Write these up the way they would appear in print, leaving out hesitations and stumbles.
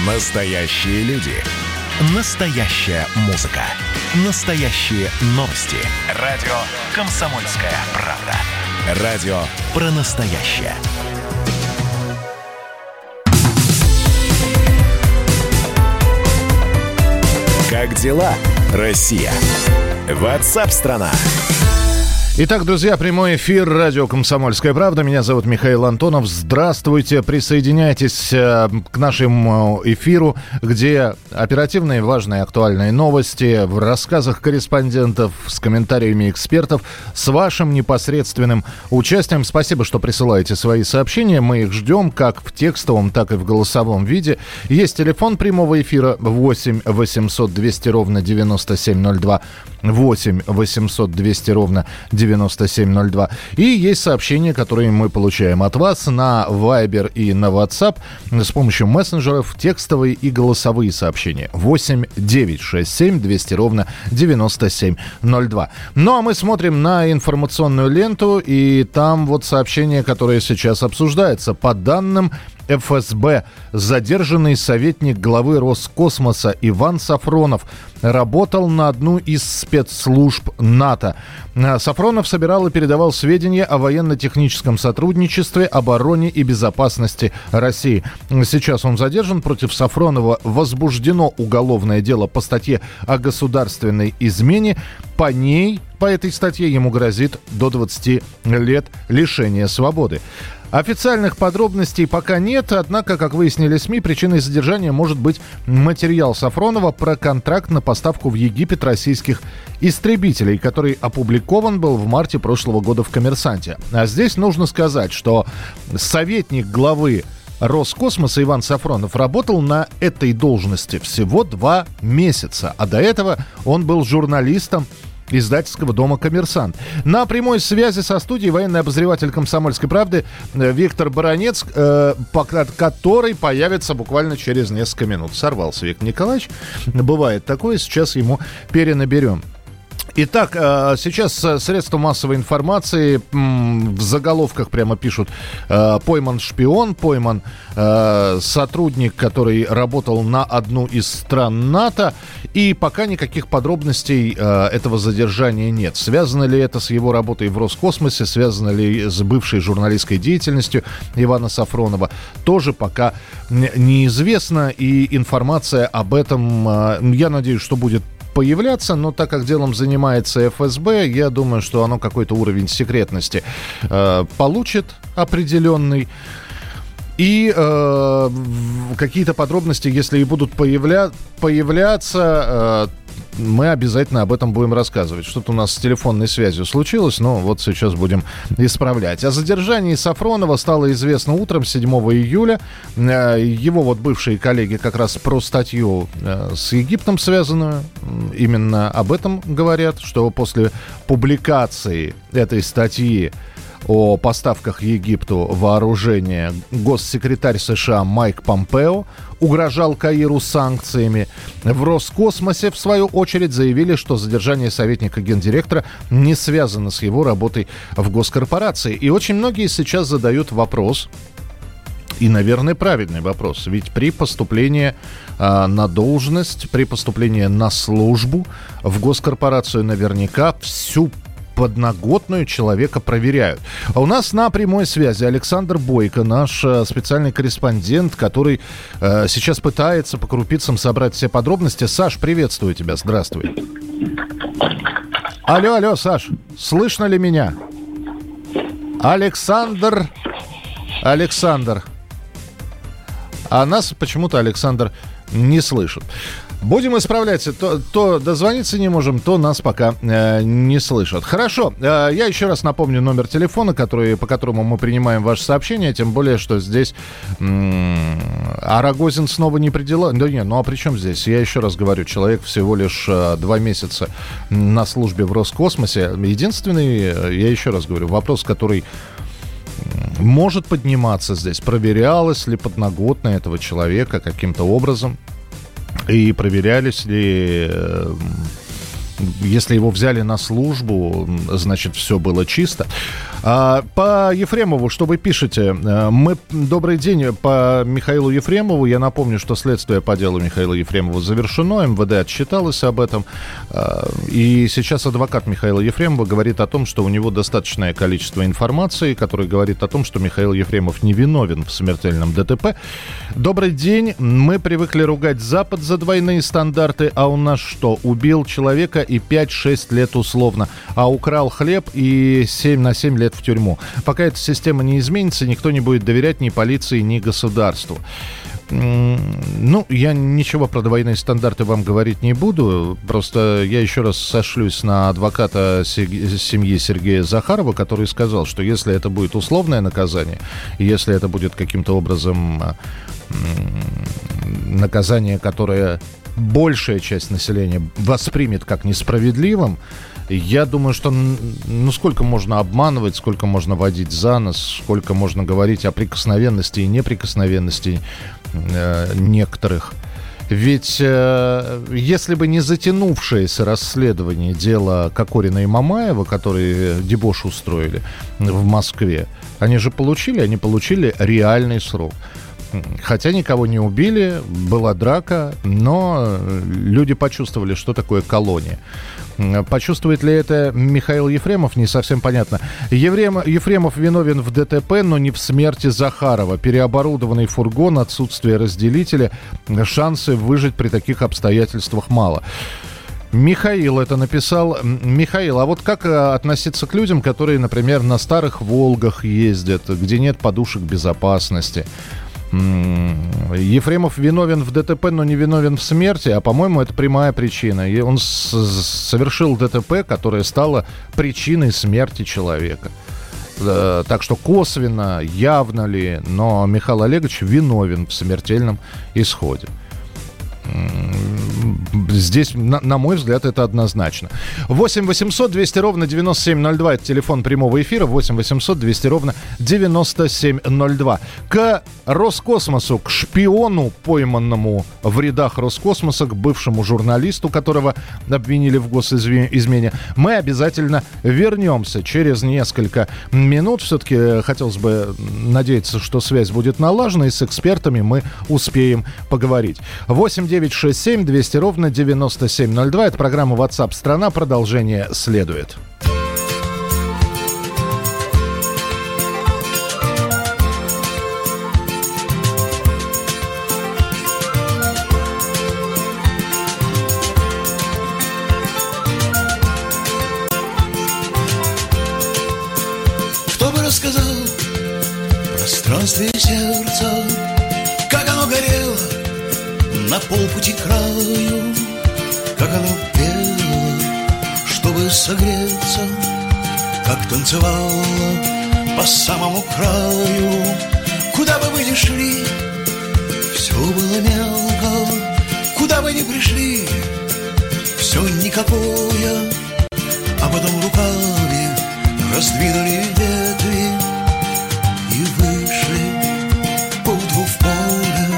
Настоящие люди. Настоящая музыка. Настоящие новости. Радио «Комсомольская правда». Радио про настоящее. Как дела, Россия? WhatsApp-страна. Итак, друзья, прямой эфир радио «Комсомольская правда». Меня зовут Михаил Антонов. Здравствуйте. Присоединяйтесь к нашему эфиру, где оперативные, важные, актуальные новости в рассказах корреспондентов, с комментариями экспертов, с вашим непосредственным участием. Спасибо, что присылаете свои сообщения. Мы их ждем как в текстовом, так и в голосовом виде. Есть телефон прямого эфира 8 800 200 ровно 9702. 8 800 200 ровно 9702. И есть сообщения, которые мы получаем от вас на Viber и на WhatsApp с помощью мессенджеров, текстовые и голосовые сообщения. 8 967 200 ровно 9702. Ну а мы смотрим на информационную ленту, и там вот сообщение, которое сейчас обсуждается. По данным ФСБ, задержанный советник главы Роскосмоса Иван Сафронов работал на одну из спецслужб НАТО. Сафронов собирал и передавал сведения о военно-техническом сотрудничестве, обороне и безопасности России. Сейчас он задержан. Против Сафронова возбуждено уголовное дело по статье о государственной измене. По этой статье ему грозит до 20 лет лишения свободы. Официальных подробностей пока нет, однако, как выяснили СМИ, причиной задержания может быть материал Сафронова про контракт на поставку в Египет российских истребителей, который опубликован был в марте прошлого года в «Коммерсанте». А здесь нужно сказать, что советник главы Роскосмоса Иван Сафронов работал на этой должности всего 2 месяца, а до этого он был журналистом издательского дома «Коммерсант». На прямой связи со студией военный обозреватель «Комсомольской правды» Виктор Баранец, который появится буквально через несколько минут. Сорвался Виктор Николаевич. Бывает такое, сейчас ему перенаберем. Итак, сейчас средства массовой информации в заголовках прямо пишут: пойман шпион, пойман сотрудник, который работал на одну из стран НАТО. И пока никаких подробностей этого задержания нет. Связано ли это с его работой в Роскосмосе, связано ли с бывшей журналистской деятельностью Ивана Сафронова, тоже пока неизвестно. И информация об этом, я надеюсь, что будет появляться, но так как делом занимается ФСБ, я думаю, что оно какой-то уровень секретности получит определенный. И какие-то подробности, если и будут появляться, мы обязательно об этом будем рассказывать. Что-то у нас с телефонной связью случилось, но вот сейчас будем исправлять. О задержании Сафронова стало известно утром 7 июля. Его вот бывшие коллеги как раз про статью с Египтом связанную именно об этом говорят, что после публикации этой статьи о поставках Египту вооружения госсекретарь США Майк Помпео угрожал Каиру санкциями. В Роскосмосе, в свою очередь, заявили, что задержание советника гендиректора не связано с его работой в госкорпорации. И очень многие сейчас задают вопрос, и, наверное, правильный вопрос. Ведь при поступлении на должность, при поступлении на службу в госкорпорацию наверняка всю подноготную человека проверяют. А у нас на прямой связи Александр Бойко, наш специальный корреспондент, который сейчас пытается по крупицам собрать все подробности. Саш, приветствую тебя, здравствуй. Алло, Саш, слышно ли меня? Александр. А нас почему-то Александр не слышит. Будем исправляться. То дозвониться не можем, то нас пока не слышат. Хорошо. Я еще раз напомню номер телефона, по которому мы принимаем ваши сообщения. Тем более, что здесь Рогозин снова не при делах. Да нет, а при чем здесь? Я еще раз говорю, человек всего лишь 2 месяца на службе в Роскосмосе. Единственный, я еще раз говорю, вопрос, который может подниматься здесь. Проверялась ли подноготная этого человека каким-то образом? И проверялись ли, если его взяли на службу, значит, все было чисто. По Ефремову, что вы пишете? Добрый день по Михаилу Ефремову. Я напомню, что следствие по делу Михаила Ефремова завершено. МВД отчиталось об этом. И сейчас адвокат Михаила Ефремова говорит о том, что у него достаточное количество информации, которое говорит о том, что Михаил Ефремов невиновен в смертельном ДТП. Добрый день. Мы привыкли ругать Запад за двойные стандарты, а у нас что? Убил человека и 5-6 лет условно, а украл хлеб и 7 на 7 лет в тюрьму. Пока эта система не изменится, никто не будет доверять ни полиции, ни государству. Ну, я ничего про двойные стандарты вам говорить не буду. Просто я еще раз сошлюсь на адвоката семьи Сергея Захарова, который сказал, что если это будет условное наказание, если это будет каким-то образом наказание, которое большая часть населения воспримет как несправедливым, я думаю, что сколько можно обманывать, сколько можно водить за нос, сколько можно говорить о прикосновенности и неприкосновенности некоторых. Ведь если бы не затянувшееся расследование дела Кокорина и Мамаева, которые дебош устроили в Москве, они получили реальный срок. Хотя никого не убили, была драка, но люди почувствовали, что такое колония. Почувствует ли это Михаил Ефремов, не совсем понятно. Ефремов виновен в ДТП, но не в смерти Захарова. Переоборудованный фургон, отсутствие разделителя. Шансы выжить при таких обстоятельствах мало. Михаил это написал. Михаил, а вот как относиться к людям, которые, например, на старых «Волгах» ездят, где нет подушек безопасности? Ефремов виновен в ДТП, но не виновен в смерти, а, по-моему, это прямая причина. И он совершил ДТП, которое стало причиной смерти человека. Так что косвенно, явно ли, но Михаил Олегович виновен в смертельном исходе. Здесь, на мой взгляд, это однозначно. 8 800 200 ровно 9702. Это телефон прямого эфира. 8 800 200 ровно 9702. К Роскосмосу, к шпиону, пойманному в рядах Роскосмоса, к бывшему журналисту, которого обвинили в госизмене, мы обязательно вернемся через несколько минут. Все-таки хотелось бы надеяться, что связь будет налажена, и с экспертами мы успеем поговорить. 8 967 200 ровно 9702. Это программа WhatsApp страна. Продолжение следует. Кто бы рассказал в пространстве сердца, как оно горело на полпути к краю, как оно пело, чтобы согреться, как танцевало по самому краю. Куда бы вы ни шли, все было мелко, куда бы ни пришли, все никакое. А потом руками раздвинули ветви и вышли поутру в поле.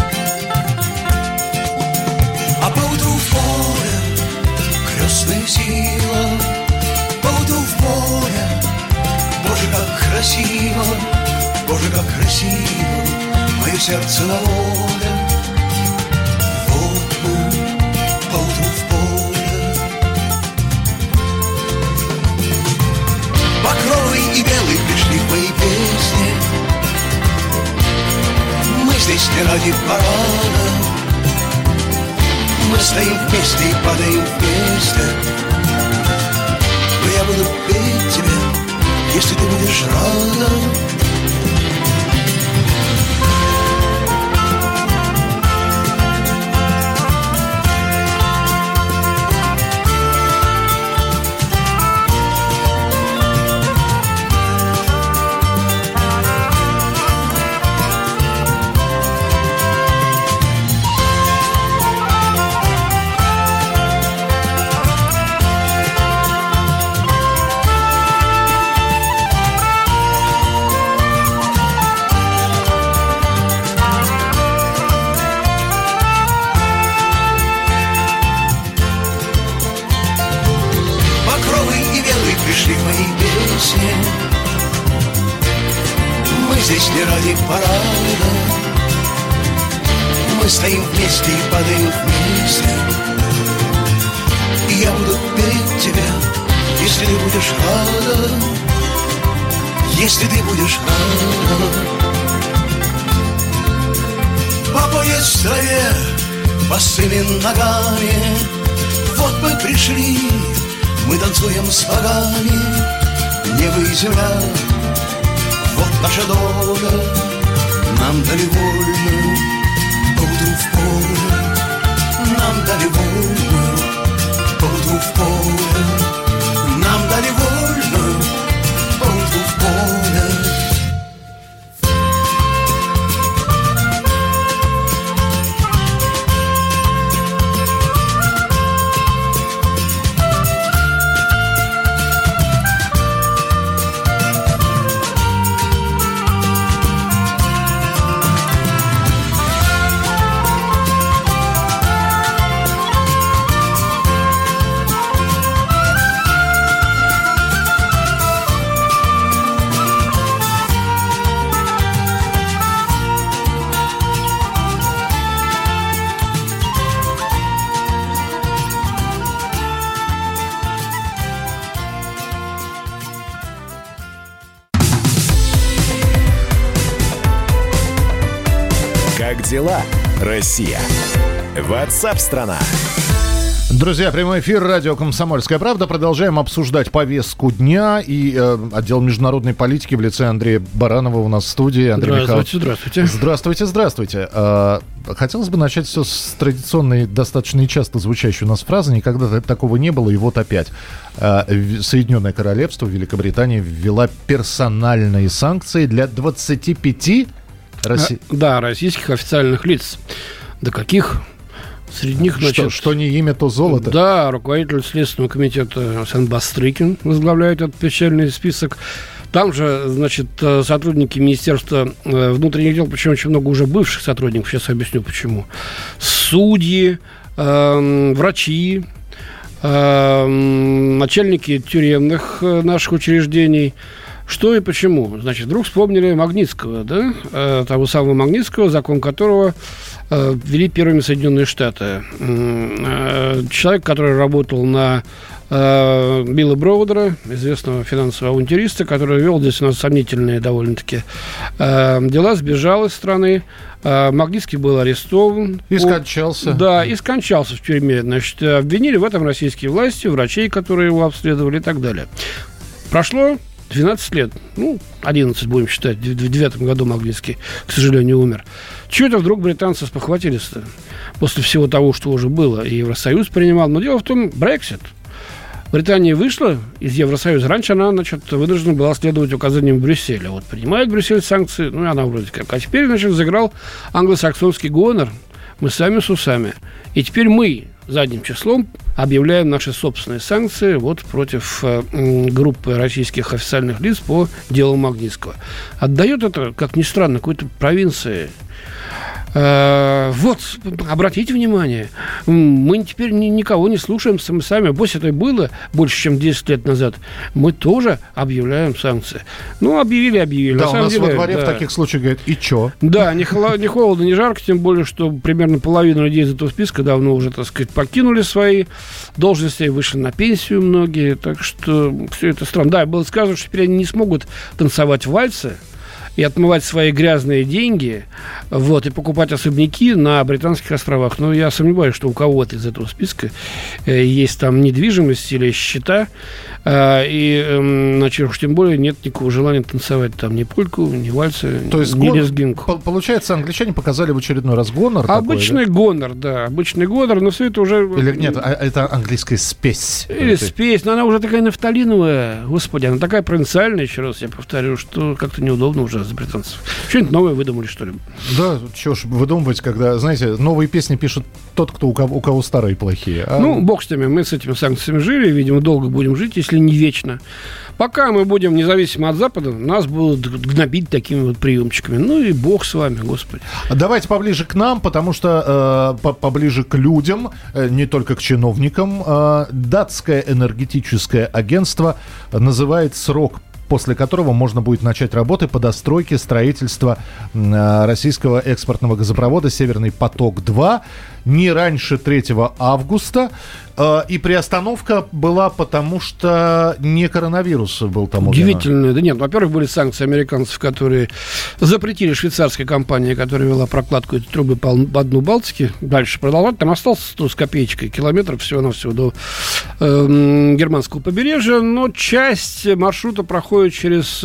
А поутру в поле крестная сила, поутру в поле. Боже, как красиво, Боже, как красиво мое сердце на воле. Вот мы поутру в поле. Багровый и белый пришли в мои песни. Мы здесь не ради парада, мы стоим вместе и падаем вместе. Но я буду петь тебе, если ты будешь рада. не ради парада. Мы стоим вместе и падаем вместе. И я буду петь тебя, если ты будешь рада. Если ты будешь рада. По пояс в траве, босыми ногами. Вот мы пришли, мы танцуем с богами. Небо и земля, вот наша доля. Нам дали вольную поутру в поле. Нам дали вольную поутру в поле. Нам дали вольную поутру в поле. Как дела, Россия? Ватсап-страна! Друзья, прямой эфир радио «Комсомольская правда». Продолжаем обсуждать повестку дня. И отдел международной политики в лице Андрея Баранова у нас в студии. Андрей Михайлович. Здравствуйте. Здравствуйте. Хотелось бы начать все с традиционной, достаточно и часто звучащей у нас фразы. Никогда такого не было, и вот опять. Соединенное Королевство, Великобритания ввела персональные санкции для 25 российских официальных лиц. До каких? Среди них, значит... Что не имя, то золото. Да, руководитель Следственного комитета Арсен Бастрыкин возглавляет этот печальный список. Там же, значит, сотрудники Министерства внутренних дел, причем очень много уже бывших сотрудников, сейчас объясню почему. Судьи, врачи, начальники тюремных наших учреждений. Что и почему? Значит, вдруг вспомнили Магнитского, да? Того самого Магнитского, закон которого ввели первыми Соединенные Штаты. Человек, который работал на Билла Броудера, известного финансового авантюриста, который вел здесь у нас сомнительные довольно-таки дела, сбежал из страны. Магнитский был арестован. И скончался. Да, и скончался в тюрьме. Значит, обвинили в этом российские власти, врачей, которые его обследовали и так далее. Прошло 12 лет, 11 будем считать, в 2009 году Магнитский, к сожалению, умер. Чего это вдруг британцы спохватились-то? После всего того, что уже было, и Евросоюз принимал. Но дело в том, Брексит. Британия вышла из Евросоюза. Раньше она, значит, вынуждена была следовать указаниям Брюсселя. Вот принимает Брюссель санкции, и она вроде как. А теперь, значит, заиграл англосаксонский гонор. Мы сами с усами. И теперь мы задним числом объявляем наши собственные санкции вот против группы российских официальных лиц по делу Магнитского. Отдает это, как ни странно, какой-то провинции. Вот, обратите внимание, мы теперь никого не слушаем сами. Пусть это и было больше, чем 10 лет назад, мы тоже объявляем санкции. Объявили. Да, у нас во дворе в таких случаях говорят, и чё? Да, ни холодно, ни жарко, тем более, что примерно половина людей из этого списка давно уже, так сказать, покинули свои должности, вышли на пенсию многие, так что все это странно. Да, было сказано, что теперь они не смогут танцевать вальсы и отмывать свои грязные деньги, и покупать особняки на Британских островах. Но я сомневаюсь, что у кого-то из этого списка есть там недвижимость или счета, значит, уж тем более нет никакого желания танцевать там ни польку, ни вальсы, ни лезгинку. Получается, англичане показали в очередной раз гонор. Обычный гонор, да, обычный гонор, но все это уже... Или нет, это английская спесь. Или спесь, но она уже такая нафталиновая, господи, она такая провинциальная, еще раз я повторю, что как-то неудобно уже за британцев. Что-нибудь новое выдумали, что ли? Да, чего ж выдумывать, когда, знаете, новые песни пишет тот, у кого старые плохие. Бог с ними, мы с этими санкциями жили, видимо, долго будем жить, если не вечно. Пока мы будем независимы от Запада, нас будут гнобить такими вот приемчиками. И бог с вами, господи. Давайте поближе к нам, потому что поближе к людям, не только к чиновникам. Датское энергетическое агентство называет срок после которого можно будет начать работы по достройке строительства российского экспортного газопровода «Северный поток-2» не раньше 3 августа. И приостановка была потому, что не коронавирус был тому. Удивительно. Да нет, во-первых, были санкции американцев, которые запретили швейцарской компании, которая вела прокладку этой трубы по дну Балтики, дальше продолжать. Там остался 100 с копеечкой километров всего-навсего до германского побережья, но часть маршрута проходит через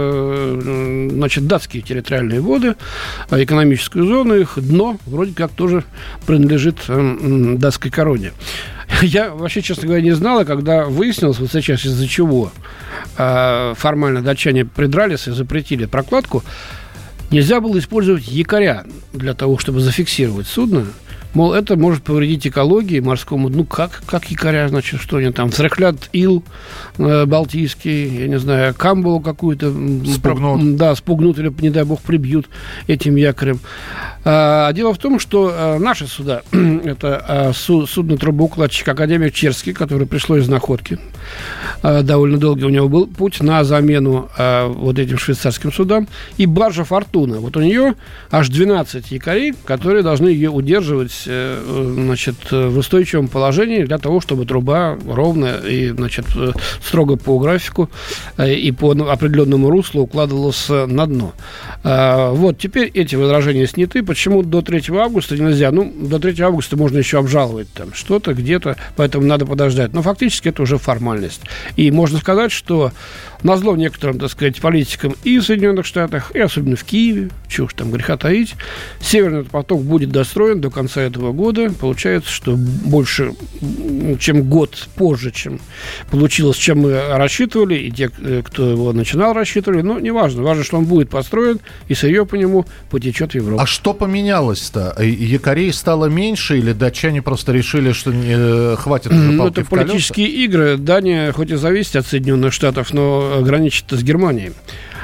датские территориальные воды, экономическую зону, их дно вроде как тоже принадлежит датской короне. Я вообще, честно говоря, не знала, когда выяснилось, вот сейчас из-за чего формально датчане придрались и запретили прокладку, нельзя было использовать якоря для того, чтобы зафиксировать судно. Мол, это может повредить экологии, морскому дну. Как якоря, значит, что они там? Взрыхлят ил балтийский, я не знаю, камбалу какую-то. Спугнут. Да, спугнут или, не дай бог, прибьют этим якорем. Дело в том, что наши суда, это судно-трубоукладчик академик Черский, который пришло из Находки. Довольно долгий у него был путь на замену вот этим швейцарским судам. И баржа «Фортуна». Вот у нее аж 12 якорей, которые должны ее удерживать, значит, в устойчивом положении для того, чтобы труба ровно и, значит, строго по графику и по определенному руслу укладывалась на дно. Вот, теперь эти возражения сняты. Почему до 3 августа нельзя? Ну, до 3 августа можно еще обжаловать там что-то где-то, поэтому надо подождать. Но фактически это уже формальность. И можно сказать, что назло некоторым, так сказать, политикам и в Соединенных Штатах, и особенно в Киеве, чего уж там греха таить, Северный поток будет достроен до конца этого года. Получается, что больше, чем год позже, чем получилось, чем мы рассчитывали, и те, кто его начинал, рассчитывали. Но неважно. Важно, что он будет построен, и сырье по нему потечет в Европу. А что поменялось-то? Якорей стало меньше, или датчане просто решили, что хватит уже палки это в колеса? политические игры. Дания хоть и зависит от Соединенных Штатов, но граничит с Германией.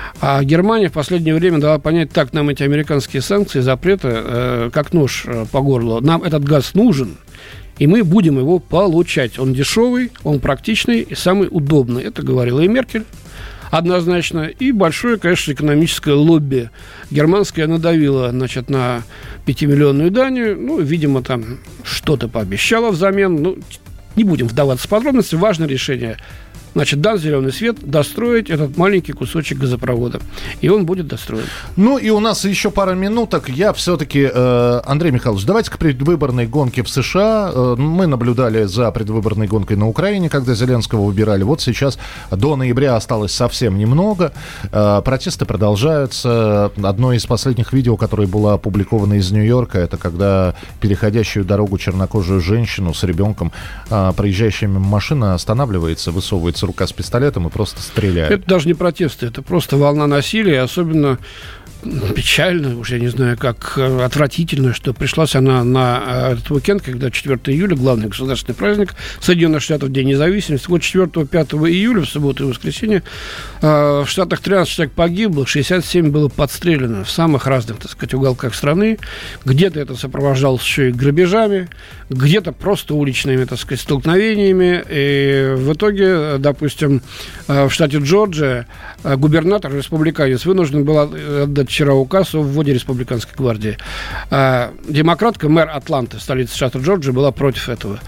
А Германия в последнее время дала понять, так, нам эти американские санкции, запреты, как нож по горлу. Нам этот газ нужен, и мы будем его получать. Он дешевый, он практичный и самый удобный. Это говорила и Меркель однозначно. И большое, конечно, экономическое лобби германское надавило, значит, на 5-миллионную Данию. Ну, видимо, там что-то пообещало взамен. Ну, не будем вдаваться в подробности. Важное решение. Значит, дан зеленый свет достроить этот маленький кусочек газопровода. И он будет достроен. Ну, и у нас еще пара минуток. Я все-таки, Андрей Михайлович, давайте к предвыборной гонке в США. Мы наблюдали за предвыборной гонкой на Украине, когда Зеленского выбирали. Вот сейчас до ноября осталось совсем немного. Протесты продолжаются. Одно из последних видео, которое было опубликовано из Нью-Йорка, это когда переходящую дорогу чернокожую женщину с ребенком, проезжающая мимо машина, останавливается, высовывается рука с пистолетом и просто стреляет. Это даже не протесты, это просто волна насилия, особенно печально, уж я не знаю, как отвратительно, что пришлась она на этот уикенд, когда 4 июля, главный государственный праздник Соединенных Штатов, День независимости. Вот 4-5 июля, в субботу и воскресенье, в Штатах 13 человек погибло, 67 было подстрелено в самых разных, так сказать, уголках страны. Где-то это сопровождалось еще и грабежами, где-то просто уличными, так сказать, столкновениями. И в итоге, допустим, в штате Джорджия губернатор, республиканец, вынужден был отдать вчера указ о вводе республиканской гвардии. Демократка, мэр Атланты, столицы штата Джорджия, была против этого.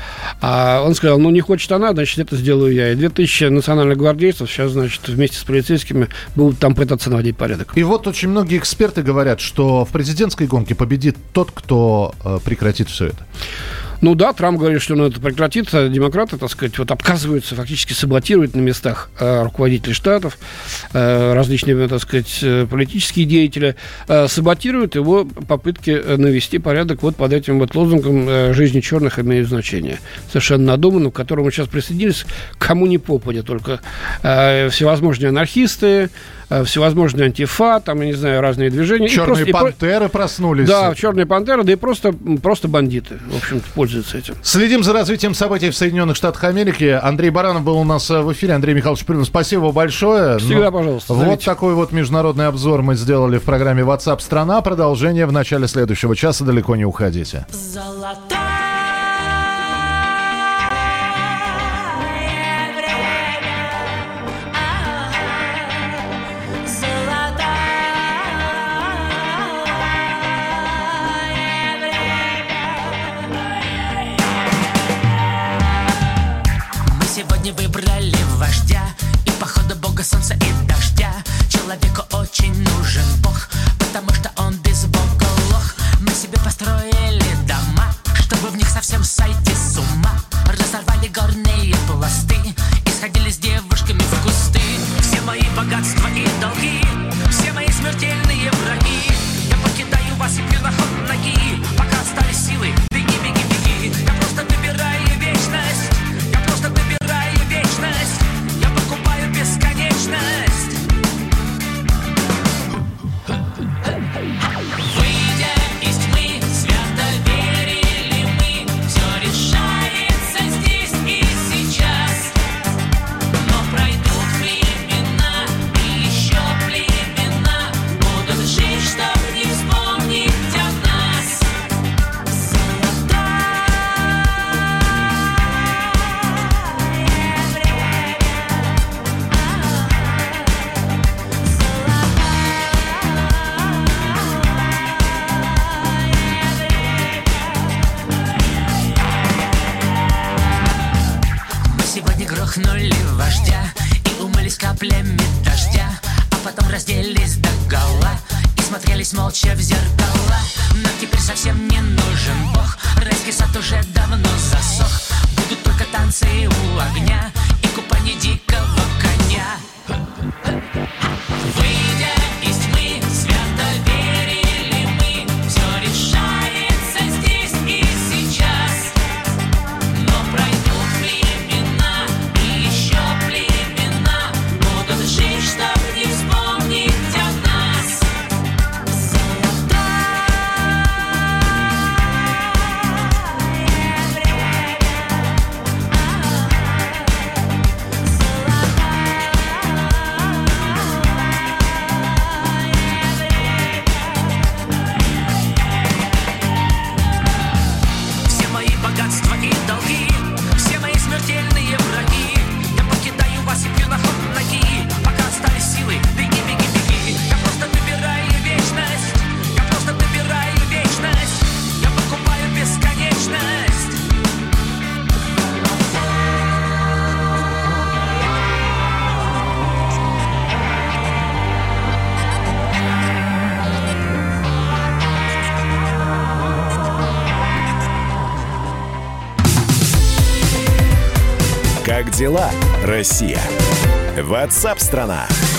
Он сказал, ну, не хочет она, значит, это сделаю я. И 2000 национальных гвардейцев сейчас, значит, вместе с полицейскими будут там пытаться наводить порядок. И вот очень многие эксперты говорят, что в президентской гонке победит тот, кто прекратит все это. Ну да, Трамп говорит, что это прекратится. Демократы, так сказать, вот отказываются, фактически саботируют на местах руководителей штатов, различные, так сказать, политические деятели, саботируют его попытки навести порядок вот под этим вот лозунгом «Жизни черных имеет значение». Совершенно надуманным, к которому сейчас присоединились кому ни попадя, только всевозможные анархисты, всевозможные антифа, там, я не знаю, разные движения. Черные пантеры проснулись. Да, черные пантеры, да и просто бандиты, в общем-то, пользуются этим. Следим за развитием событий в Соединенных Штатах Америки. Андрей Баранов был у нас в эфире. Андрей Михайлович, спасибо большое. Всегда, пожалуйста. Вот зовите. такой вот международный обзор мы сделали в программе WhatsApp страна. Продолжение в начале следующего часа. Далеко не уходите. построили дома, чтобы в них совсем сойти с ума. Разорвали горные пласты и сходили с девушками в кусты. Все мои богатства и долги, все мои смертельные враги. Я покидаю вас и пью на ход ноги, пока остались силы. Беги, беги, беги. Я просто выбираю вечность. Я просто выбираю вечность. Я покупаю бесконечность. Выйдя из тьмы, свято верили мы, все решается здесь и сейчас. Но пройдут времена и еще племена будут жить, чтоб не вспомнить о нас. Мы сегодня грохнули вождя и умылись каплями дождя, а потом разделись догола и смотрелись молча в зеркала. Нам теперь совсем не нужен Бог, райский сад уже давно засох. Будут только танцы у огня и купание дикого коня. Выйдя из тьмы, свято верили мы, все решается здесь и сейчас. Но пройдут времена и еще племена будут жить, чтоб не вспомнить о нас. Все мои богатства и долги, все мои смертельные враги. Я покидаю вас и пью на ход ноги, пока остались силы. Беги, беги, беги. Я просто выбираю вечность. Я просто выбираю вечность. Я покупаю бесконечность. Как дела, Россия? WhatsApp-страна.